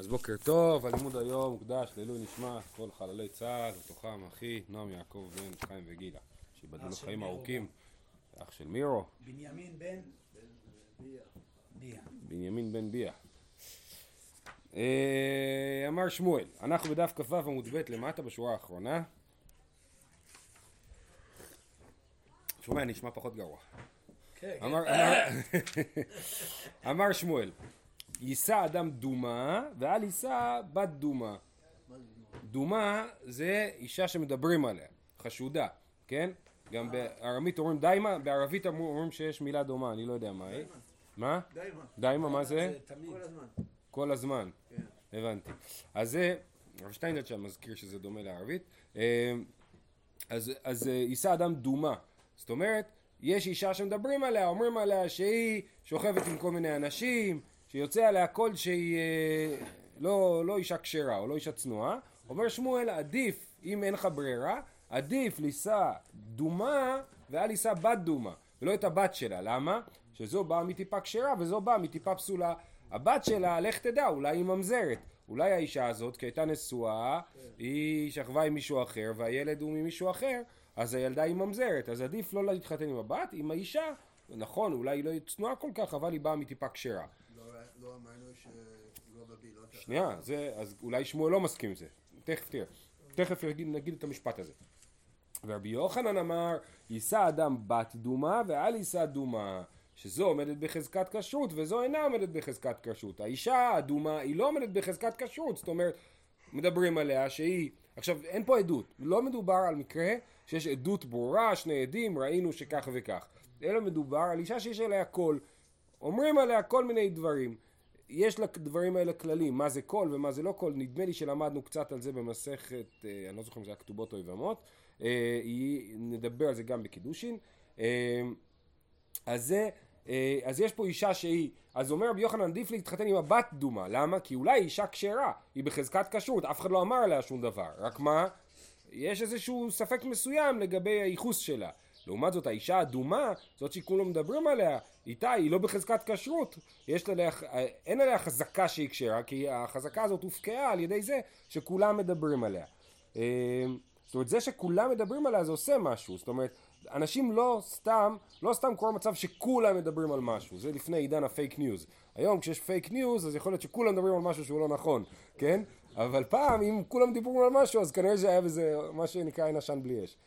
אז בוקר טוב, הלימוד היום מוקדש לעילוי נשמת כל חללי צה"ל, בתוכם אחי נועם יעקב בן חיים וגילה, שיבדלו לחיים ארוכים, אח של מירו, בנימין בן ביה. אמר שמואל, אנחנו בדף כ"ו עמוד ב' למטה בשורה האחרונה. שומע, נשמע פחות גרוע. אמר שמואל, יישא אדם דומה ואל יישא בת דומה. דומה זה אישה שמדברים עליה, חשודה, כן? גם בארמית אומרים דיימה, בערבית אומרים שיש מילה דומה, אני לא יודע מה היא. מה? דיימה, מה זה? כל הזמן. כל הזמן, הבנתי. אז זה, הרב שטיינזלץ שם מזכיר שזה דומה לערבית. אז יישא אדם דומה, זאת אומרת, יש אישה שמדברים עליה, אומרים עליה שהיא שוכבת עם כל מיני אנשים, שיוצא עליה קול שהיא לא אישה כשרה או לא אישה צנועה. אומר שמואל, עדיף, אם אין לך ברירה, עדיף לישא דומה ואל לישא בת דומה, ולא את הבת שלה. למה? שזו באה מטיפה כשרה וזו באה מטיפה פסולה. הבת שלה, לך תדע, אולי היא ממזרת. אולי האישה הזאת, כי הייתה נשואה, היא שכבה עם מישהו אחר והילד הוא ממישהו אחר, אז הילדה היא ממזרת. אז עדיף לא להתחתן עם הבת, עם האישה. נכון, אולי היא לא צנועה כל כך, אבל היא באה מטיפה כשרה. לא אמרנו שלא בבילות. שנייה, אז אולי שמואל לא מסכים עם זה. תכף תראה. תכף נגיד את המשפט הזה. ורבי יוחנן אמר, יישא אדם בת דומה ואל יישא דומה, שזו עומדת בחזקת כשרות וזו אינה עומדת בחזקת כשרות. האישה הדומה היא לא עומדת בחזקת כשרות, זאת אומרת, מדברים עליה שהיא, עכשיו אין פה עדות, לא מדובר על מקרה שיש עדות ברורה, שני עדים, ראינו שכך וכך, אלא מדובר על אישה שיש עליה קול, אומרים עליה כל מיני דברים, יש לדברים האלה כללים, מה זה קול ומה זה לא קול, נדמה לי שלמדנו קצת על זה במסכת, אני לא זוכר אם זה היה כתובות או יבמות, נדבר על זה גם בקידושין. אז יש פה אישה שהיא, אז אומר רבי יוחנן עדיף להתחתן עם הבת דומה. למה? כי אולי אישה כשרה, היא בחזקת כשרות, אף אחד לא אמר עליה שום דבר, רק מה? יש איזשהו ספק מסוים לגבי הייחוס שלה. לעומת זאת האישה הדומה, זאת שכולם מדברים עליה, איתה היא לא בחזקת כשרות, אין עליה חזקה שהיא כשרה, כי החזקה הזאת הופקעה על ידי זה שכולם מדברים עליה. זאת אומרת, זה שכולם מדברים עליה זה עושה משהו, זאת אומרת, אנשים לא סתם קורה מצב שכולם מדברים על משהו, זה לפני עידן הפייק ניוז. היום כשיש פייק ניוז אז יכול להיות שכולם מדברים על משהו שהוא לא נכון, כן? אבל פעם אם כולם דיברו על משהו אז כנראה שזה היה בזה מה שנקרא אין עשן בלי אש.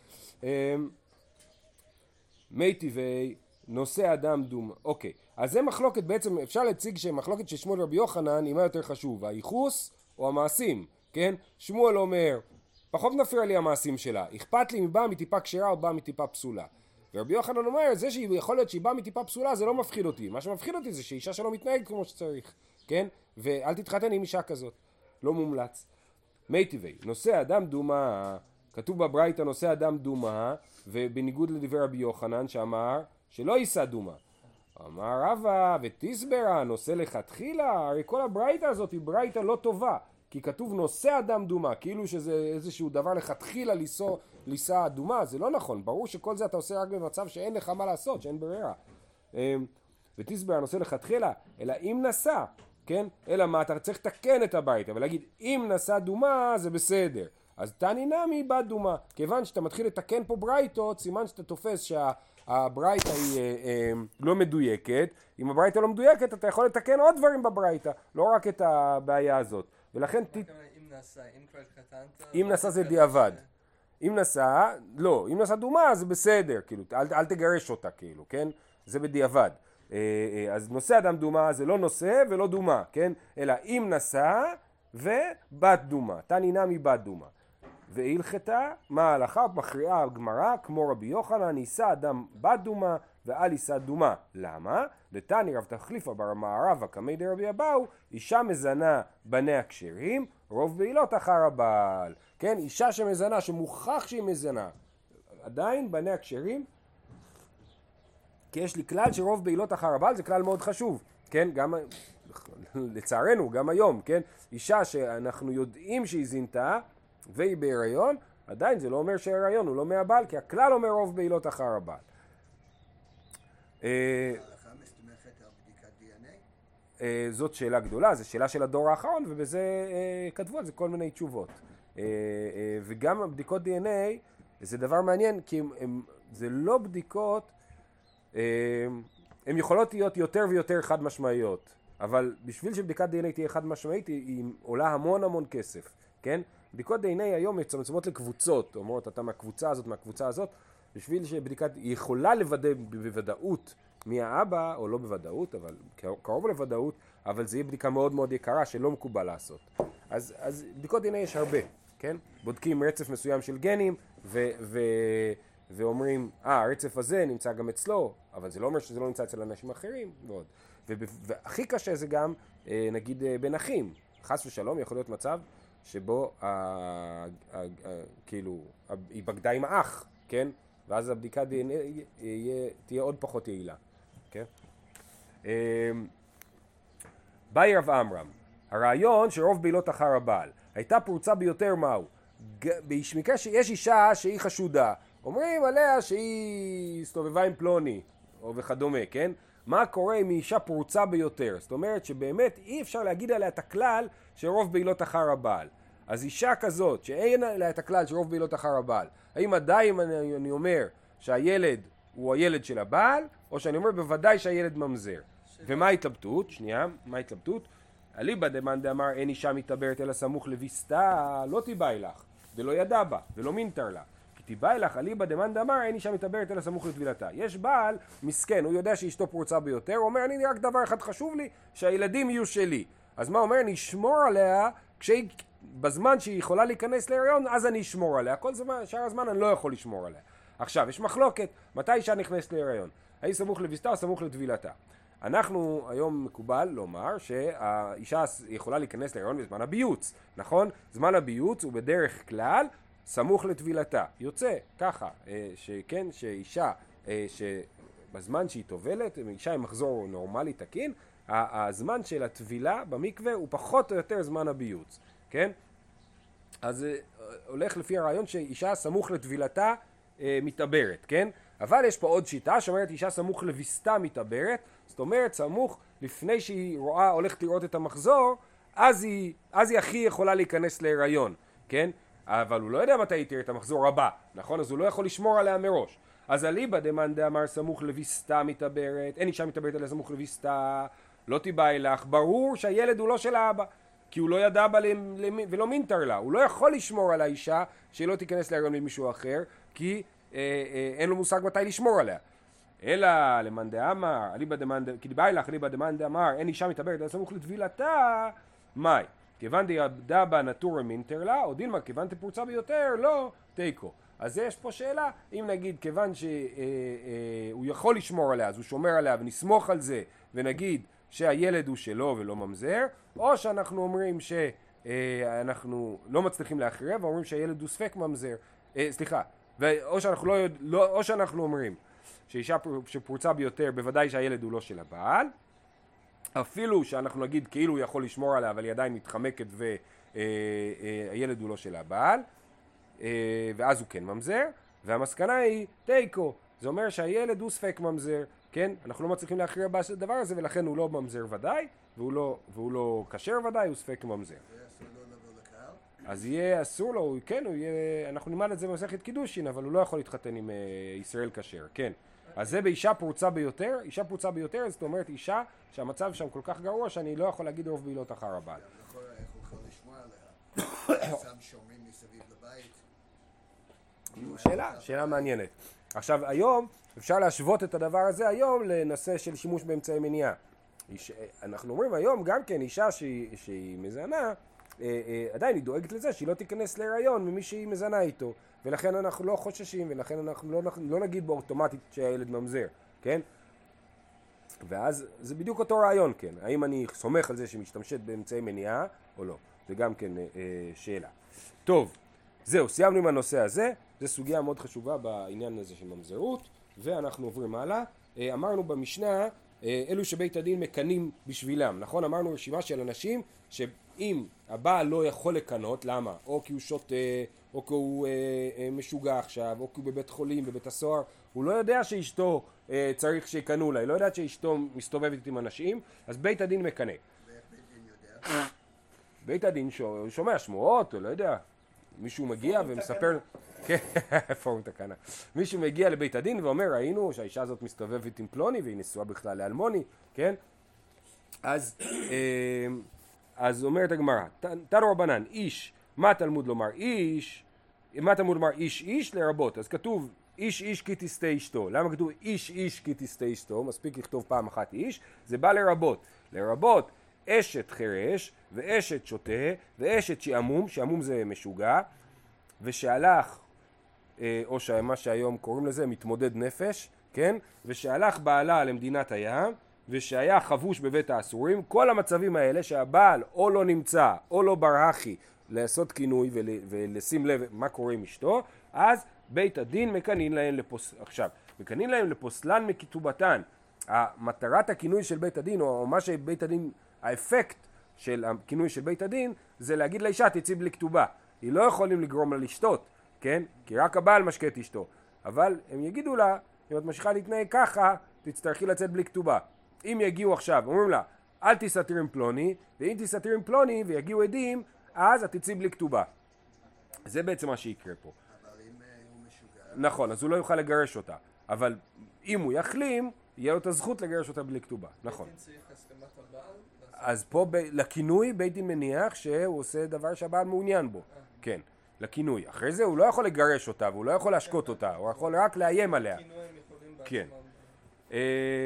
מי טבעי נושא אדם דומה. אוקיי, אז זה מחלוקת, בעצם אפשר להציג שמחלוקת של שמואל ורבי יוחנן היא מה יותר חשוב, הייחוס או המעשים, כן? שמואל אומר, פחות נפריע לי המעשים שלה, אכפת לי אם באה מטיפה כשרה או באה מטיפה פסולה. ורבי יוחנן אומר, זה שיכול להיות שהיא באה מטיפה פסולה זה לא מפחיד אותי, מה שמפחיד אותי זה שאישה שלא מתנהג כמו שצריך, כן? ואל תתחתן עם אישה כזאת, לא מומלץ. מי טבעי, נושא אדם דומה, כתוב בברייתא נושא אדם דומה, ובניגוד לדבר רבי יוחנן שאמר שלא יישא דומה. אמר רבא ותסברה נושא לכתחילה, הרי כל הברייתא הזאת היא ברייתא לא טובה, כי כתוב נושא אדם דומה, כאילו שזה איזשהו דבר לכתחילה לישא דומה, זה לא נכון, ברור שכל זה אתה עושה רק במצב שאין לך מה לעשות, שאין ברירה. ותסברה נושא לכתחילה, אלא אם נשא, כן? אלא מה, אתה צריך לתקן את הברייתא, ולהגיד אם נשא דומה זה בסדר. אז תני נמי בת דומה, כיוון שאתה מתחיל לתקן פה ברייתות, סימן שאתה תופס שהברייתא היא לא מדויקת, אם הברייתא לא מדויקת אתה יכול לתקן עוד דברים בברייתא, לא רק את הבעיה הזאת, ולכן אם נשא זה דיעבד, אם נשא, לא, אם נשא דומה זה בסדר, כאילו, אל תגרש אותה כאילו, כן, זה בדיעבד, אז נושא אדם דומה זה לא נושא ולא דומה, כן, אלא אם נשא ובת דומה, תני נמי בת דומה. והלכתה, מה ההלכה? מכריעה הגמרא, כמו רבי יוחנן, יישא אדם בת דומה ואל יישא דומה. למה? לתני רב תחליפה במערבה כמי דרבי אבאו, אישה מזנה בניה כשרים, רוב בעילות אחר הבעל. כן, אישה שמזנה, שמוכח שהיא מזנה, עדיין בניה כשרים, כי יש לי כלל שרוב בעילות אחר הבעל, זה כלל מאוד חשוב, כן, גם לצערנו, גם היום, כן, אישה שאנחנו יודעים שהיא זינתה, והיא בהיריון, עדיין זה לא אומר שההיריון הוא לא מהבעל, כי הכלל אומר רוב בעילות אחר הבעל. ההלכה מסתמכת על בדיקת DNA? זאת שאלה גדולה, זו שאלה של הדור האחרון, ובזה כתבו על זה כל מיני תשובות. וגם הבדיקות DNA זה דבר מעניין, כי זה לא בדיקות, הן יכולות להיות יותר ויותר חד משמעיות, אבל בשביל שבדיקת DNA תהיה חד משמעית, היא עולה המון המון כסף, כן? בדיקות DNA היום מצומצמות לקבוצות, אומרות אתה מהקבוצה הזאת, מהקבוצה הזאת, בשביל שבדיקת, היא יכולה לוודא בוודאות מי האבא, או לא בוודאות, אבל קרוב לוודאות, אבל זה יהיה בדיקה מאוד מאוד יקרה שלא מקובל לעשות. אז בדיקות DNA יש הרבה, כן? בודקים רצף מסוים של גנים, ואומרים, הרצף הזה נמצא גם אצלו, אבל זה לא אומר שזה לא נמצא אצל אנשים אחרים, ועוד. והכי קשה זה גם, נגיד, בין אחים. חס ושלום יכול להיות מצב שבו, כאילו, היא בגדה עם האח, כן? ואז הבדיקה DNA תהיה עוד פחות יעילה, כן? באי רב עמרם, הרעיון שרוב בעילות אחר הבעל, הייתה פרוצה ביותר מהו? במקרה שיש אישה שהיא חשודה, אומרים עליה שהיא הסתובבה עם פלוני, או וכדומה, כן? מה קורה אם היא אישה פרוצה ביותר? זאת אומרת שבאמת אי אפשר להגיד עליה את הכלל שרוב בעילות אחר הבעל. אז אישה כזאת שאין עליה את הכלל שרוב בעילות אחר הבעל, האם עדיין אני אומר שהילד הוא הילד של הבעל, או שאני אומר בוודאי שהילד ממזר? ומה ההתלבטות? שנייה, מה ההתלבטות? אליבא דמאן דאמר אין אישה מתעברת אלא סמוך לביסתה, לא תיבאי לך, ולא ידע בה, ולא מינתר לה. כי תיבאי לך, אליבא דמאן דאמר אין אישה מתעברת אלא סמוך לטבילתה. יש בעל מסכן, הוא יודע שאשתו פרוצה ביותר, הוא אומר, אני רק דבר אחד חשוב לי, שהילדים יהיו שלי. אז מה אומר? אני אשמור עליה, בזמן שהיא יכולה להיכנס להיריון, אז אני אשמור עליה. כל זמן, שאר הזמן אני לא יכול לשמור עליה. עכשיו, יש מחלוקת, מתי אישה נכנסת להיריון? האם סמוך לביסתה או סמוך לטבילתה? אנחנו היום מקובל לומר שהאישה יכולה להיכנס להיריון בזמן הביוץ, נכון? זמן הביוץ הוא בדרך כלל סמוך לטבילתה. יוצא ככה, שכן, שאישה, שבזמן שהיא טובלת, אישה עם מחזור נורמלי תקין, הזמן של הטבילה במקווה הוא פחות או יותר זמן הביוץ, כן? אז הולך לפי הרעיון שאישה סמוך לטבילתה מתעברת, כן? אבל יש פה עוד שיטה שאומרת אישה סמוך לביסתה מתעברת, זאת אומרת סמוך לפני שהיא הולכת לראות את המחזור, אז היא הכי יכולה להיכנס להיריון, כן? אבל הוא לא יודע מתי היא תראה את המחזור הבא, נכון? אז הוא לא יכול לשמור עליה מראש. אז אליבא דמאן דאמר סמוך לביסתה מתעברת, אין אישה מתעברת אלא סמוך לביסתה, לא תיבאי לך, ברור שהילד הוא לא של האבא, כי הוא לא ידע בה ולא מינתר לה, הוא לא יכול לשמור על האישה שהיא לא תיכנס להיריון ממישהו אחר, כי אין לו מושג מתי לשמור עליה. אלא למאן דאמר, כי תיבאי לך, אליבא דמאן דאמר, אין אישה מתעברת אלא סמוך לטבילתה, מאי? כיוון דידע בה נטורה מינתר לה, או דילמה כיוון תפרוצה ביותר, לא תיקו. אז יש פה שאלה, אם נגיד כיוון שהוא יכול לשמור עליה, אז הוא שומר עליה ונסמוך על זה, ונגיד שהילד הוא שלו ולא ממזר, או שאנחנו אומרים שאנחנו לא מצליחים להכריע, ואומרים שהילד הוא ספק ממזר, סליחה, או שאנחנו אומרים שאישה שפרוצה ביותר, בוודאי שהילד הוא לא של הבעל, אפילו שאנחנו נגיד כאילו הוא יכול לשמור עליה, אבל היא עדיין מתחמקת והילד הוא לא של הבעל, ואז הוא כן ממזר, והמסקנה היא תיקו, זה אומר שהילד הוא ספק ממזר, כן? אנחנו לא מצליחים להכריע בדבר הזה, ולכן הוא לא ממזר ודאי, והוא לא כשר ודאי, הוא ספק ממזר. אז יהיה אסור לו, כן, אנחנו נלמד את זה במסכת קידושין, אבל הוא לא יכול להתחתן עם ישראל כשר, כן. אז זה באישה פרוצה ביותר, אישה פרוצה ביותר, זאת אומרת אישה שהמצב שם כל כך גרוע שאני לא יכול להגיד רוב בעילות אחר הבעל. איך הוא יכול לשמוע עליה? שם שומרים מסביב לבית. שאלה מעניינת. עכשיו היום אפשר להשוות את הדבר הזה היום לנושא של שימוש באמצעי מניעה. אנחנו אומרים היום גם כן אישה שהיא מזנה, עדיין היא דואגת לזה שהיא לא תיכנס להיריון ממי שהיא מזנה איתו, ולכן אנחנו לא חוששים, ולכן אנחנו לא נגיד באוטומטית שהילד ממזר, כן? ואז זה בדיוק אותו רעיון, כן? האם אני סומך על זה שמשתמשת באמצעי מניעה או לא? זה גם כן שאלה. טוב, זהו, סיימנו עם הנושא הזה, זו סוגיה מאוד חשובה בעניין הזה של ממזרות, ואנחנו עוברים הלאה. אמרנו במשנה, אלו שבית הדין מקנים בשבילם, נכון? אמרנו רשימה של אנשים אם הבעל לא יכול לקנות, למה? או כי הוא שותה, או כי הוא משוגע עכשיו, או כי הוא בבית חולים, בבית הסוהר, הוא לא יודע שאשתו צריך שיקנו לה, היא לא יודעת שאשתו מסתובבת עם אנשים, אז בית הדין מקנה. ואיך בית דין יודע? בית הדין שומע שמועות, או לא יודע, מישהו מגיע ומספר... כן, פורום תקנה. מישהו מגיע לבית הדין ואומר, ראינו שהאישה הזאת מסתובבת עם פלוני והיא נשואה בכלל לאלמוני, כן? אז אומרת הגמרא, תנו רבנן, איש, מה תלמוד לומר איש? מה תלמוד לומר איש איש לרבות? אז כתוב איש איש כי תסתה אשתו. למה כתוב איש איש כי תסתה אשתו? מספיק לכתוב פעם אחת איש, זה בא לרבות. לרבות אשת חרש ואשת שוטה ואשת שעמום, שעמום זה משוגע, ושהלך, או מה שהיום קוראים לזה מתמודד נפש, כן? ושהלך בעלה למדינת הים, ושהיה חבוש בבית האסורים, כל המצבים האלה שהבעל או לא נמצא או לא ברחי לעשות כינוי ולשים לב מה קורה עם אשתו, אז בית הדין מקנין להם עכשיו, מקנין להם לפוסלן מכתובתן. המטרת הכינוי של בית הדין, או מה שבית הדין, האפקט של הכינוי של בית הדין, זה להגיד לאישה תצאי בלי כתובה. היא לא יכולים לגרום לה לשתות, כן? כי רק הבעל משקה את אשתו. אבל הם יגידו לה, אם את ממשיכה להתנהג ככה, תצטרכי לצאת בלי כתובה. אם יגיעו עכשיו, אומרים לה, אל תסתיר עם פלוני, ואם תסתיר עם פלוני ויגיעו עדים, אז את תצאי בלי כתובה. זה בעצם מה שיקרה פה. אבל אם הוא משוגע... נכון, אז הוא לא יוכל לגרש אותה. אבל אם הוא יחלים, יהיה לו את הזכות לגרש אותה בלי כתובה. נכון. בית דין צריך הסכמת הבעל? אז פה לכינוי בית דין מניח שהוא עושה דבר שהבעל מעוניין בו. כן, לכינוי. אחרי זה הוא לא יכול לגרש אותה, והוא לא יכול להשקות אותה, הוא יכול רק לאיים עליה. כינוי הם יכולים כן. בעצמם.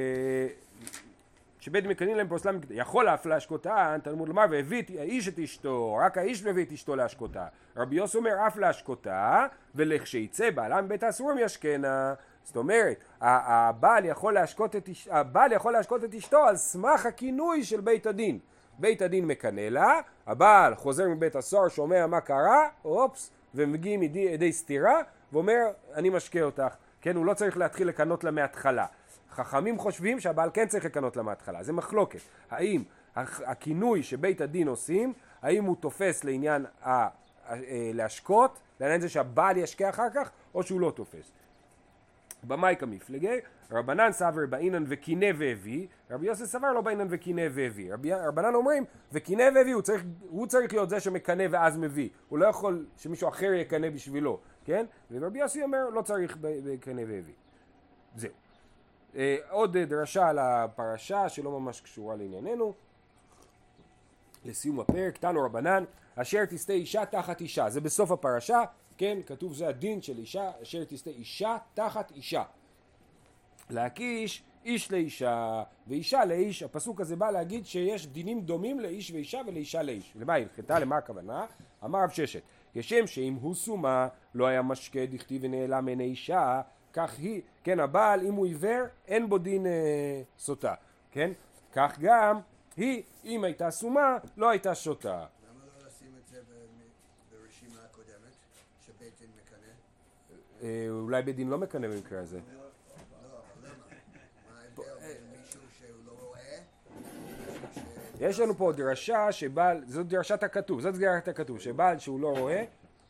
שבית דין מקנין להם פוסלם, יכול אף להשקותה, תלמוד לומר, והביא האיש את אשתו, רק האיש מביא את אשתו להשקותה. רבי יוסי אומר אף להשקותה, ולכשיצא בעלה מבית האסורים ישכנה. זאת אומרת, הבעל יכול להשקות את אשתו על סמך הכינוי של בית הדין. בית הדין מקנה לה, הבעל חוזר מבית הסוהר, שומע מה קרה, אופס, ומגיעים ידי סתירה, ואומר, אני משקה אותך. כן, הוא לא צריך להתחיל לקנות לה מההתחלה. חכמים חושבים שהבעל כן צריך לקנות לה מההתחלה. זה מחלוקת. האם הכינוי שבית הדין עושים, האם הוא תופס לעניין להשקות, לעניין זה שהבעל ישקה אחר כך, או שהוא לא תופס. במאי כמפלגי, רבנן סבר באינן וקינא והביא, רבי יוסי סבר לא באינן וקינא והביא. רבנן אומרים, וקינא והביא, הוא צריך להיות זה שמקנא ואז מביא. הוא לא יכול שמישהו אחר יקנא בשבילו, כן? ורבי יוסי אומר, לא צריך בקינא והביא. זהו. עוד דרשה על הפרשה שלא ממש קשורה לענייננו. לסיום הפרק, תנו רבנן, אשר תסתה אישה תחת אישה. זה בסוף הפרשה, כן, כתוב זה הדין של אישה, אשר תסתה אישה תחת אישה. להקיש איש לאישה ואישה לאיש. הפסוק הזה בא להגיד שיש דינים דומים לאיש ואישה ולאישה לאיש. למה הלכתה? למה הכוונה? אמר רב ששת, כשם שאם הוא סומה לא היה משקה דכתיב ונעלם מעיני אישה, כך היא, כן, הבעל אם הוא עיוור אין בו דין סוטה, כן? כך גם היא, אם הייתה סומה לא הייתה שוטה. למה לא לשים את זה ברשימה הקודמת, שבית דין מקנה? אולי בית דין לא מקנה במקרה הזה. לא, אבל למה? מה ההבדל בין מישהו שהוא לא רואה? יש לנו פה דרשה שבעל, זאת דרשת הכתוב, זאת דרשת הכתוב, שבעל שהוא לא רואה,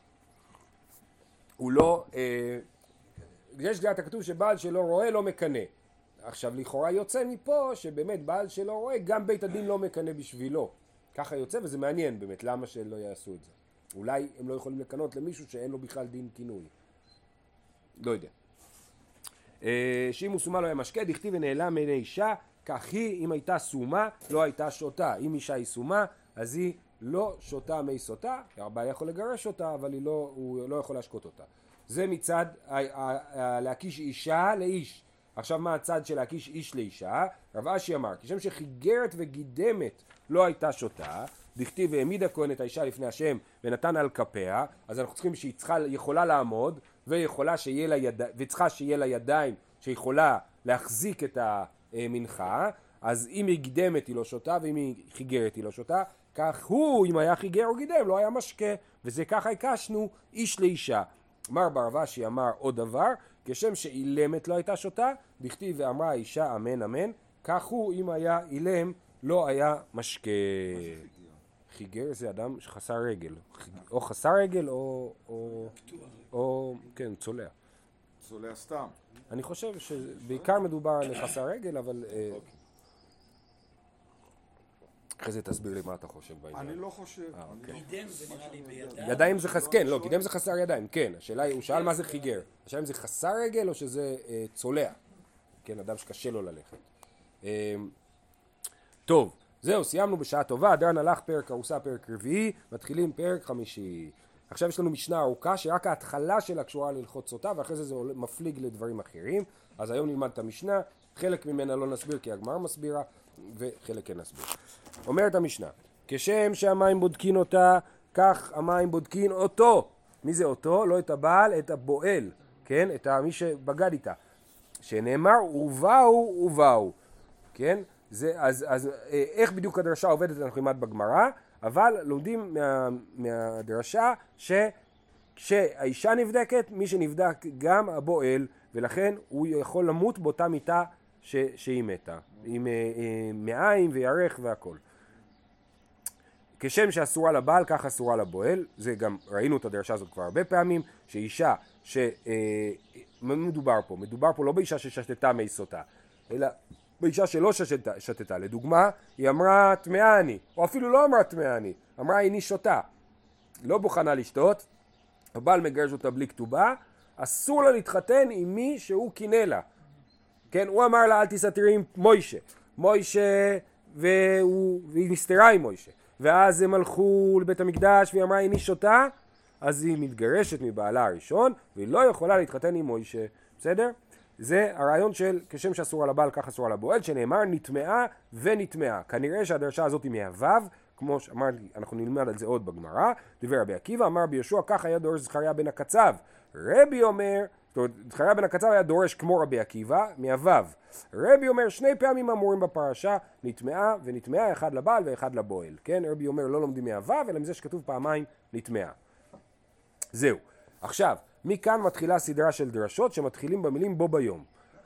הוא לא, יש דרשת הכתוב שבעל שלא רואה לא מקנה. עכשיו לכאורה יוצא מפה שבאמת בעל שלא רואה גם בית הדין לא מקנה בשבילו. ככה יוצא וזה מעניין באמת למה שלא יעשו את זה. אולי הם לא יכולים לקנות למישהו שאין לו בכלל דין כינוי. לא יודע. שאם הוא סומה לא היה משקה, דכתיב ונעלם מעיני אישה, כך היא אם הייתה סומה לא הייתה שוטה. אם אישה היא סומה אז היא לא שוטה מי סוטה, הבעל יכול לגרש אותה אבל הוא לא יכול להשקות אותה. זה מצד להקיש אישה לאיש. עכשיו מה הצד של להקיש איש לאישה? רב אשי אמר, כשם שחיגרת וגידמת לא הייתה שוטה, דכתיב והעמיד הכהן את האישה לפני השם ונתן על כפיה, אז אנחנו צריכים שהיא יכולה לעמוד וצריכה שיהיה לה ידיים שיכולה להחזיק את המנחה, אז אם היא גידמת היא לא שוטה ואם היא חיגרת היא לא שוטה, כך הוא אם היה חיגר או גידם לא היה משקה, וזה ככה הקשנו איש לאישה. אמר ברב אשי אמר עוד דבר, כשם שאילמת לא הייתה שוטה, דכתיב ואמרה האישה אמן אמן, כך הוא אם היה אילם לא היה משקה. חיגר זה אדם שחסר רגל, או חסר רגל או כן, צולע. צולע סתם. אני חושב שבעיקר מדובר על חסר רגל, אבל אחרי זה תסביר לי מה אתה חושב בעניין. אני לא חושב. גידם זה נראה לי בידיים. ידיים זה כן, לא, גידם זה חסר ידיים, כן. השאלה היא, הוא שאל מה זה חיגר. השאלה אם זה חסר רגל או שזה צולע. כן, אדם שקשה לו ללכת. טוב, זהו, סיימנו בשעה טובה. הדרן הלך פרק ארוסה, פרק רביעי, מתחילים פרק חמישי. עכשיו יש לנו משנה ארוכה שרק ההתחלה שלה קשורה להלכות סוטה, ואחרי זה מפליג לדברים אחרים. אז היום נלמד את המשנה, חלק ממנה לא נסביר כי הגמרא מסבירה, וחלק כן נסביר. אומרת המשנה, כשם שהמים בודקין אותה, כך המים בודקין אותו. מי זה אותו? לא את הבעל, את הבועל, כן? את מי שבגד איתה. שנאמר, ובאו, כן? אז איך בדיוק הדרשה עובדת אנחנו נלמד בגמרא, אבל לומדים מהדרשה שכשהאישה נבדקת, מי שנבדק גם הבועל, ולכן הוא יכול למות באותה מיטה שהיא מתה, עם מעיים וירך והכל. כשם שאסורה לבעל, כך אסורה לבועל. זה גם ראינו את הדרשה הזאת כבר הרבה פעמים, שאישה מדובר פה לא באישה ששתתה מי סוטה, אלא באישה שלא שתתה. לדוגמה, היא אמרה טמאה אני, או אפילו לא אמרה טמאה אני, אמרה איני שותה, לא מוכנה לשתות, הבעל מגרש אותה בלי כתובה, אסור לה להתחתן עם מי שהוא קינא לה. כן, הוא אמר לה אל תסתתרי עם מוישה, והיא נסתרה עם מוישה. ואז הם הלכו לבית המקדש והיא אמרה איני שותה, אז היא מתגרשת מבעלה הראשון, והיא לא יכולה להתחתן עם מוישה. בסדר? זה הרעיון של כשם שאסורה לבעל כך אסורה לבועל, שנאמר נטמעה ונטמעה. כנראה שהדרשה הזאת היא מהוו, כמו שאמרתי, אנחנו נלמד על זה עוד בגמרא. דבר רבי עקיבא אמר ביהושע, כך היה דורש זכריה בן הקצב. רבי אומר, זכריה בן הקצב היה דורש כמו רבי עקיבא, מהוו. רבי אומר שני פעמים אמורים בפרשה, נטמעה ונטמעה, אחד לבעל ואחד לבועל. כן, רבי אומר לא לומדים מהוו, אלא מזה שכתוב פעמיים נטמעה. זהו. עכשיו, מכאן מתחילה סדרה של דרשות שמתחילים במילים בו ביום.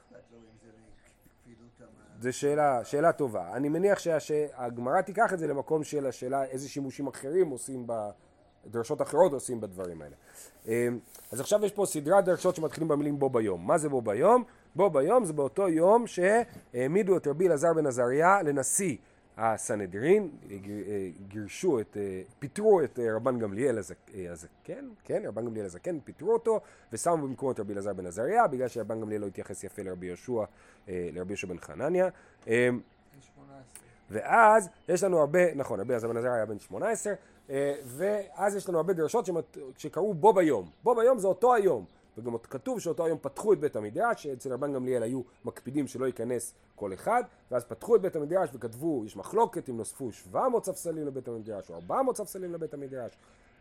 זו שאלה טובה. אני מניח שהגמרא תיקח את זה למקום של השאלה איזה שימושים אחרים עושים דרשות אחרות עושים בדברים האלה. אז עכשיו יש פה סדרת דרשות שמתחילים במילים בו ביום. מה זה בו ביום? בו ביום זה באותו יום שהעמידו את רבי אלעזר בן עזריה לנשיא הסנהדרין, פיטרו את רבן גמליאל הזקן, כן, רבן גמליאל הזקן, פיטרו אותו ושמו במקום את רבי אלעזר בן עזריה, בגלל שרבן גמליאל לא התייחס יפה לרבי יהושע בן חנניה. ואז יש לנו הרבה, נכון, רבי אלעזר בן עזריה היה בן 18, ואז יש לנו הרבה דרשות שקראו בו ביום. בו ביום זה אותו היום, וגם כתוב שאותו היום פתחו את בית המדרש, שאצל רבן גמליאל היו מקפידים שלא ייכנס כל אחד, ואז פתחו את בית המדרש וכתבו, יש מחלוקת אם נוספו 700 ספסלים לבית המדרש או 400 ספסלים לבית המדרש,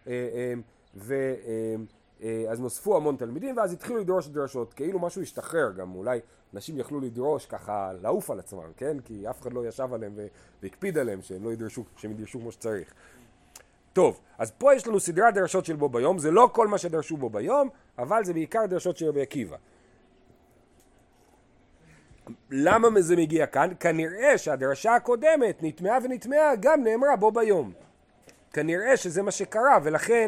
אז נוספו המון תלמידים, ואז התחילו לדרוש דרשות, כאילו משהו השתחרר גם, אולי אנשים יכלו לדרוש ככה לעוף על עצמם, כן? כי אף אחד לא ישב עליהם והקפיד עליהם שהם לא ידרשו, שהם ידרשו כמו שצריך. טוב, אז פה יש לנו סדרת דרשות של בו ביום, זה לא כל מה שדרשו בו ביום, אבל זה בעיקר דרשות של רבי עקיבא. למה זה מגיע כאן? כנראה שהדרשה הקודמת נטמעה ונטמעה גם נאמרה בו ביום. כנראה שזה מה שקרה, ולכן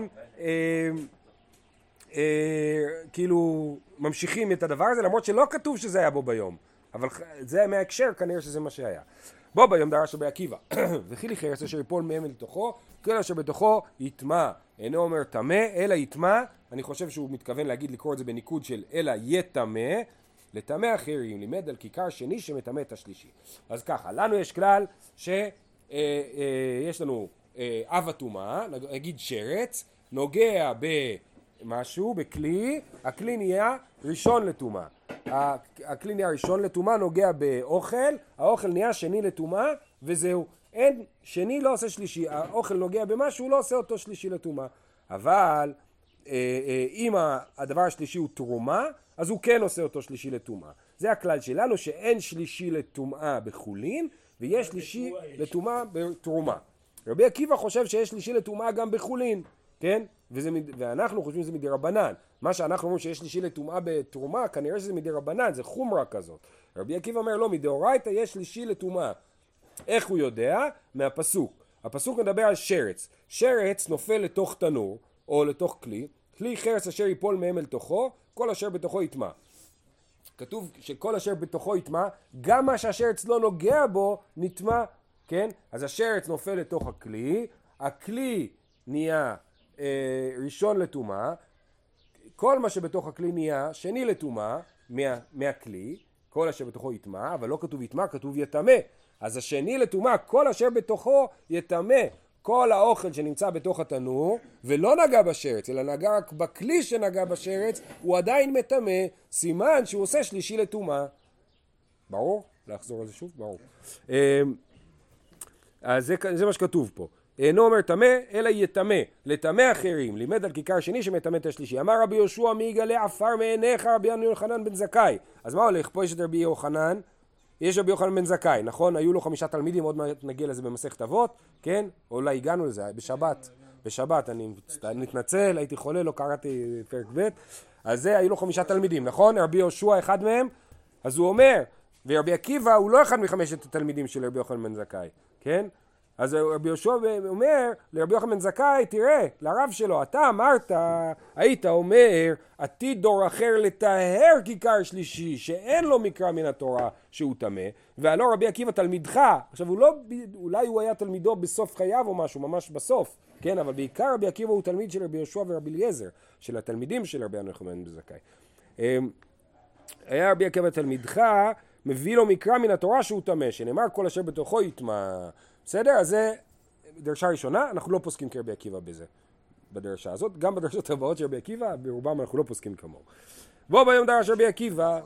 כאילו ממשיכים את הדבר הזה, למרות שלא כתוב שזה היה בו ביום. אבל זה מההקשר, כנראה שזה מה שהיה. בו ביום דרש רבי עקיבא, וכי לי חרס אשר יפול מהם לתוכו, כל אשר בתוכו יטמע. אינו אומר טמא, אלא יטמע. אני חושב שהוא מתכוון לקרוא את זה בניקוד של אלא יטמא. לטמא אחרים, לימד על כיכר שני שמטמא את השלישי. אז ככה, לנו יש כלל שיש לנו אב הטומאה, נגיד שרץ, נוגע במשהו, בכלי, הכלי נהיה ראשון לטומאה. הכלי נהיה ראשון לטומאה, נוגע באוכל, האוכל נהיה שני לטומאה, וזהו. אין, שני לא עושה שלישי, האוכל נוגע במשהו, הוא לא עושה אותו שלישי לטומאה. אבל אם הדבר השלישי הוא תרומה, אז הוא כן עושה אותו שלישי לטומאה. זה הכלל שלנו, שאין שלישי לטומאה בחולין, ויש שלישי לטומאה בתרומה. רבי עקיבא חושב שיש שלישי לטומאה גם בחולין, כן? ואנחנו חושבים שזה מדי רבנן. מה שאנחנו אומרים שיש שלישי לטומאה בתרומה, כנראה שזה מדי רבנן, זה חומרה כזאת. רבי עקיבא אומר, לא, מדאורייתא יש שלישי לטומאה. איך הוא יודע? מהפסוק. הפסוק מדבר על שרץ. שרץ נופל לתוך תנור או לתוך כלי, כלי חרס אשר ייפול מהם אל תוכו, כל אשר בתוכו יטמע. כתוב שכל אשר בתוכו יטמע, גם מה שהשרץ לא נוגע בו נטמע, כן? אז השרץ נופל לתוך הכלי, הכלי נהיה ראשון לטומאה, כל מה שבתוך הכלי נהיה שני לטומאה מהכלי, כל אשר בתוכו יטמע, אבל לא כתוב יטמע, כתוב יטמא. אז השני לטומאה, כל אשר בתוכו יטמא. כל האוכל שנמצא בתוך התנור ולא נגע בשרץ, אלא נגע רק בכלי שנגע בשרץ, הוא עדיין מטמא, סימן שהוא עושה שלישי לטומאה. ברור? לחזור על זה שוב? ברור. אז זה מה שכתוב פה. אינו אומר טמא, אלא יטמא, לטמא אחרים, לימד על כיכר שני שמטמא את השלישי. אמר רבי יהושע, מי יגלה עפר מעיניך רבי יוחנן בן זכאי. אז מה הולך? פה יש את רבי יוחנן, יש רבי יוחנן בן זכאי, נכון? היו לו 5 תלמידים, עוד מעט נגיע לזה במסכת אבות, כן? אולי הגענו לזה, בשבת, אני מתנצל, הייתי חולה, לא קראתי פרק ב', אז זה, היו לו 5 תלמידים, נכון? רבי יהושע אחד מהם, אז הוא אומר, ורבי עקיבא הוא לא אחד מ5 התלמידים של רבי יוחנן בן זכאי, כן? אז רבי יהושע אומר לרבי יוחנן בן זכאי, תראה, לרב שלו, אתה אמרת, היית אומר, עתיד דור אחר לטהר כיכר שלישי, שאין לו מקרא מן התורה שהוא טמא, והלא רבי עקיבא תלמידך, עכשיו הוא לא, אולי הוא היה תלמידו בסוף חייו או משהו, ממש בסוף, כן, אבל בעיקר רבי עקיבא הוא תלמיד של רבי יהושע ורבי אליעזר, של התלמידים של רבי יוחנן בן זכאי. היה רבי עקיבא תלמידך, מביא לו מקרא מן התורה שהוא טמא, שנאמר כל אשר בתוכו יטמע. בסדר? אז זה דרשה ראשונה, אנחנו לא פוסקים כרבי עקיבא בזה, בדרשה הזאת, גם בדרשות הבאות של רבי עקיבא, ברובם אנחנו לא פוסקים כמוהו. בוא ביום דרש רבי עקיבא,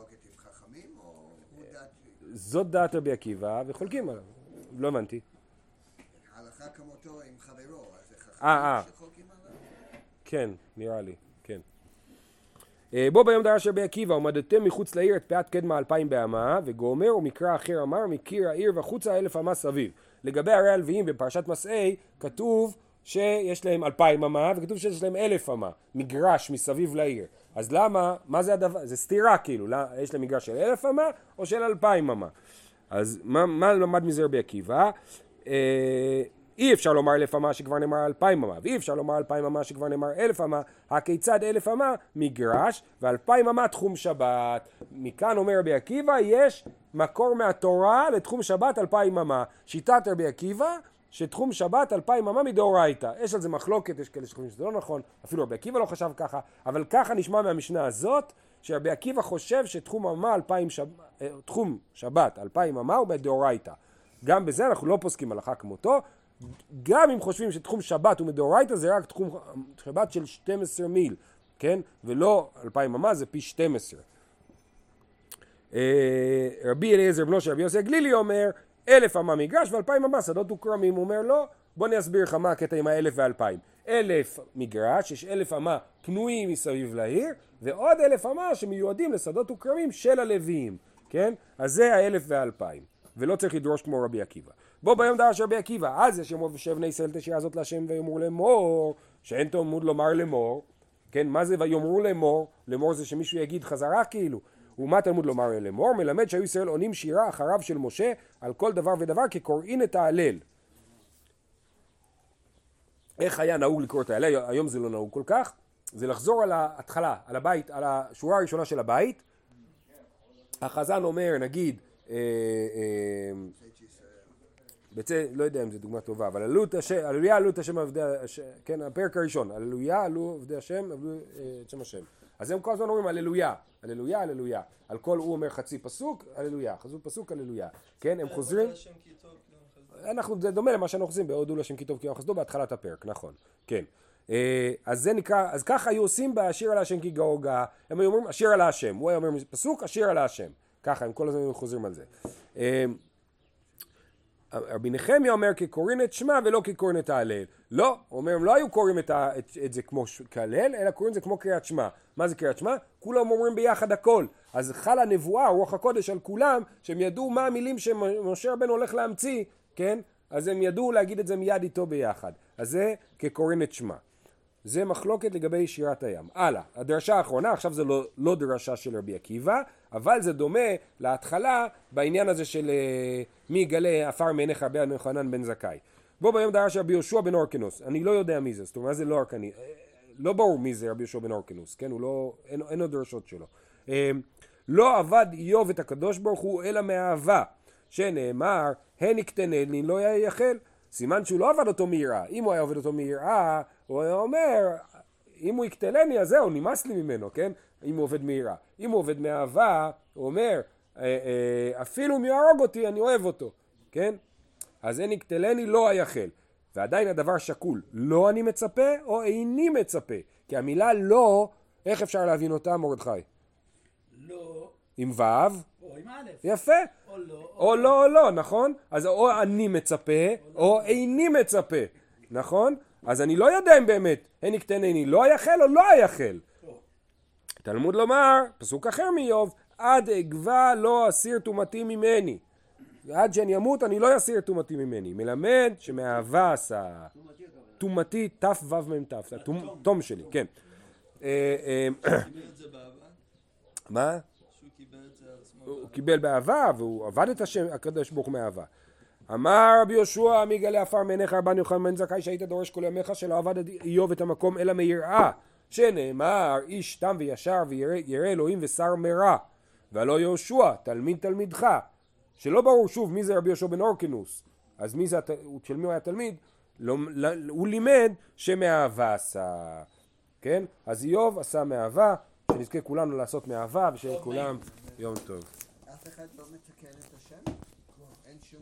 זאת דעת רבי עקיבא, וחולקים עליו, לא הבנתי. הלכה כמותו עם חברו, אז זה חכמים שחולקים עליו? כן, נראה לי, כן. בוא ביום דרש רבי עקיבא, ומדדתם מחוץ לעיר את פאת קדמה 2,000 באמה, וגומר ומקרא אחר אמר, מקיר העיר וחוצה 1,000 אמה סביב. לגבי הרי הלוויים בפרשת מסעי, כתוב שיש להם 2,000 אמה, וכתוב שיש להם 1,000 אמה, מגרש מסביב לעיר. אז למה, מה זה הדבר? זה סתירה כאילו, יש להם מגרש של 1,000 אמה או של 2,000 אמה? אז מה למד מזה רבי עקיבא? אי אפשר לומר 1,000 אמה שכבר נאמר 2,000 אמה, ואי אפשר לומר 2,000 אמה שכבר נאמר 1,000 אמה, הכיצד 1,000 אמה? מגרש, ו2,000 אמה תחום שבת. מכאן אומר רבי עקיבא, יש מקור מהתורה לתחום שבת 2,000 אמה. שיטת רבי עקיבא, שתחום שבת 2,000 אמה מדאורייתא. יש על זה מחלוקת, יש כאלה שחושבים שזה לא נכון, אפילו רבי עקיבא לא חשב ככה, אבל ככה נשמע מהמשנה הזאת, שרבי עקיבא חושב שתחום אמה 2,000 תחום שבת 2,000 אמה הוא מדאורייתא. גם בזה אנחנו לא פוסקים הלכה כמותו, גם אם חושבים שתחום שבת הוא מדאורייתא, זה רק תחום שבת של 12 מיל, כן? ולא 2,000 אמה, זה פי 12. רבי אליעזר בנו של רבי יוסי הגלילי אומר, 1,000 אמה מגרש ו2,000 אמה שדות וכרמים. הוא אומר, לא, בוא אני אסביר לך מה הקטע עם 1,000 ו2,000. 1,000 מגרש, יש 1,000 אמה פנויים מסביב לעיר, ועוד 1,000 אמה שמיועדים לשדות וכרמים של הלוויים, כן? אז זה 1,000 ו2,000, ולא צריך לדרוש כמו רבי עקיבא. בוא ביום דרש רבי עקיבא, אז יש יאמרו ושב בני ישראל את השירה הזאת להשם ויאמרו לאמור, שאין תלמוד לומר לאמור, כן, מה זה ויאמרו לאמור? לאמור זה שמישהו יגיד חזרה כאילו, ומה תלמוד לומר לאמור? מלמד שהיו ישראל עונים שירה אחריו של משה על כל דבר ודבר כקוראין את ההלל. איך היה נהוג לקרוא את ההלל? היום זה לא נהוג כל כך, זה לחזור על ההתחלה, על הבית, על השורה הראשונה של הבית. החזן אומר, נגיד, לא יודע אם זו דוגמה טובה, אבל הללויה עלו את השם עבדי השם, כן, הפרק הראשון, הללויה עלו עבדי השם, עבדו את שם השם. אז הם כל הזמן אומרים הללויה, הללויה, הללויה. על כל הוא אומר חצי פסוק, הללויה, חזו פסוק, הללויה. כן, הם חוזרים, זה דומה למה שאנחנו עושים, בהודו לשם כי טוב כי חסדו בהתחלת הפרק, נכון, כן. אז זה נקרא, אז ככה היו עושים בשיר על השם כי גאו גאה, הם היו אומרים השיר על השם, הוא היה אומר פסוק, השיר על השם. ככה, הם כל הזמן חוזרים על זה. רבי נחמיה אומר כקוראים את שמה ולא כקוראים את ההלל. לא, הוא אומר, הם לא היו קוראים את זה כמו כהלל, אלא קוראים את זה כמו קריאת שמה. מה זה קריאת שמה? כולם אומרים ביחד הכל. אז חלה נבואה, רוח הקודש על כולם, שהם ידעו מה המילים שמשה רבנו הולך להמציא, כן? אז הם ידעו להגיד את זה מיד איתו ביחד. אז זה כקוראים את שמה. זה מחלוקת לגבי שירת הים. הלאה, הדרשה האחרונה, עכשיו זה לא דרשה של רבי עקיבא, אבל זה דומה להתחלה בעניין הזה של מי יגלה עפר מעיניך רבי יוחנן בן זכאי. בו ביום דרש רבי יהושע בן אורקנוס, אני לא יודע מי זה, זאת אומרת, מה זה לא ארקני? לא ברור מי זה רבי יהושע בן אורקנוס, כן? הוא לא, אין עוד דרשות שלו. לא עבד איוב את הקדוש ברוך הוא אלא מאהבה, שנאמר, הן יקטנני לא ייחל. סימן שהוא לא עבד אותו מיראה. אם הוא היה עובד אותו מיראה, הוא היה אומר, אם הוא יקטלני, אז זהו, נמאס לי ממנו, כן? אם הוא עובד מיראה. אם הוא עובד מאהבה, הוא אומר, אפילו אם יהרוג אותי, אני אוהב אותו, כן? אז אין יקטלני לא היחל. ועדיין הדבר שקול, לא אני מצפה או איני מצפה. כי המילה לא, איך אפשר להבין אותה, מרדכי? לא, עם ו' או עם א', יפה. או לא, או לא או לא, נכון? אז או אני מצפה או איני מצפה, נכון? אז אני לא יודע אם באמת, אין יקטנני לא היחל או לא היחל. תלמוד לומר, פסוק אחר מאיוב, עד אגבה לא אסיר טומאתי ממני. עד שאני אמות אני לא אסיר טומאתי ממני. מלמד שמאהבה עשה. טומאתי תף וו מם תף. תום שלי, כן. קיבל את זה באהבה? מה? שהוא קיבל את זה על עצמו? הוא קיבל באהבה והוא עבד את השם הקדוש ברוך הוא מאהבה. אמר רבי יהושע מי גלה עפר מעיניך רבן יוחנן בן זכאי שהיית דורש כל ימיך שלא עבד איוב את המקום אלא מיראה. שנאמר איש תם וישר וירא אלוהים ושר מרע. והלא יהושע תלמיד תלמידך. שלא ברור שוב מי זה רבי יהושע בן אורקנוס. אז מי זה, של מי הוא היה תלמיד? הוא לימד שמאהבה עשה. כן? אז איוב עשה מאהבה. שנזכה כולנו לעשות מאהבה ושיהיה כולם יום טוב. אף אחד לא מתקן את השם? אין שום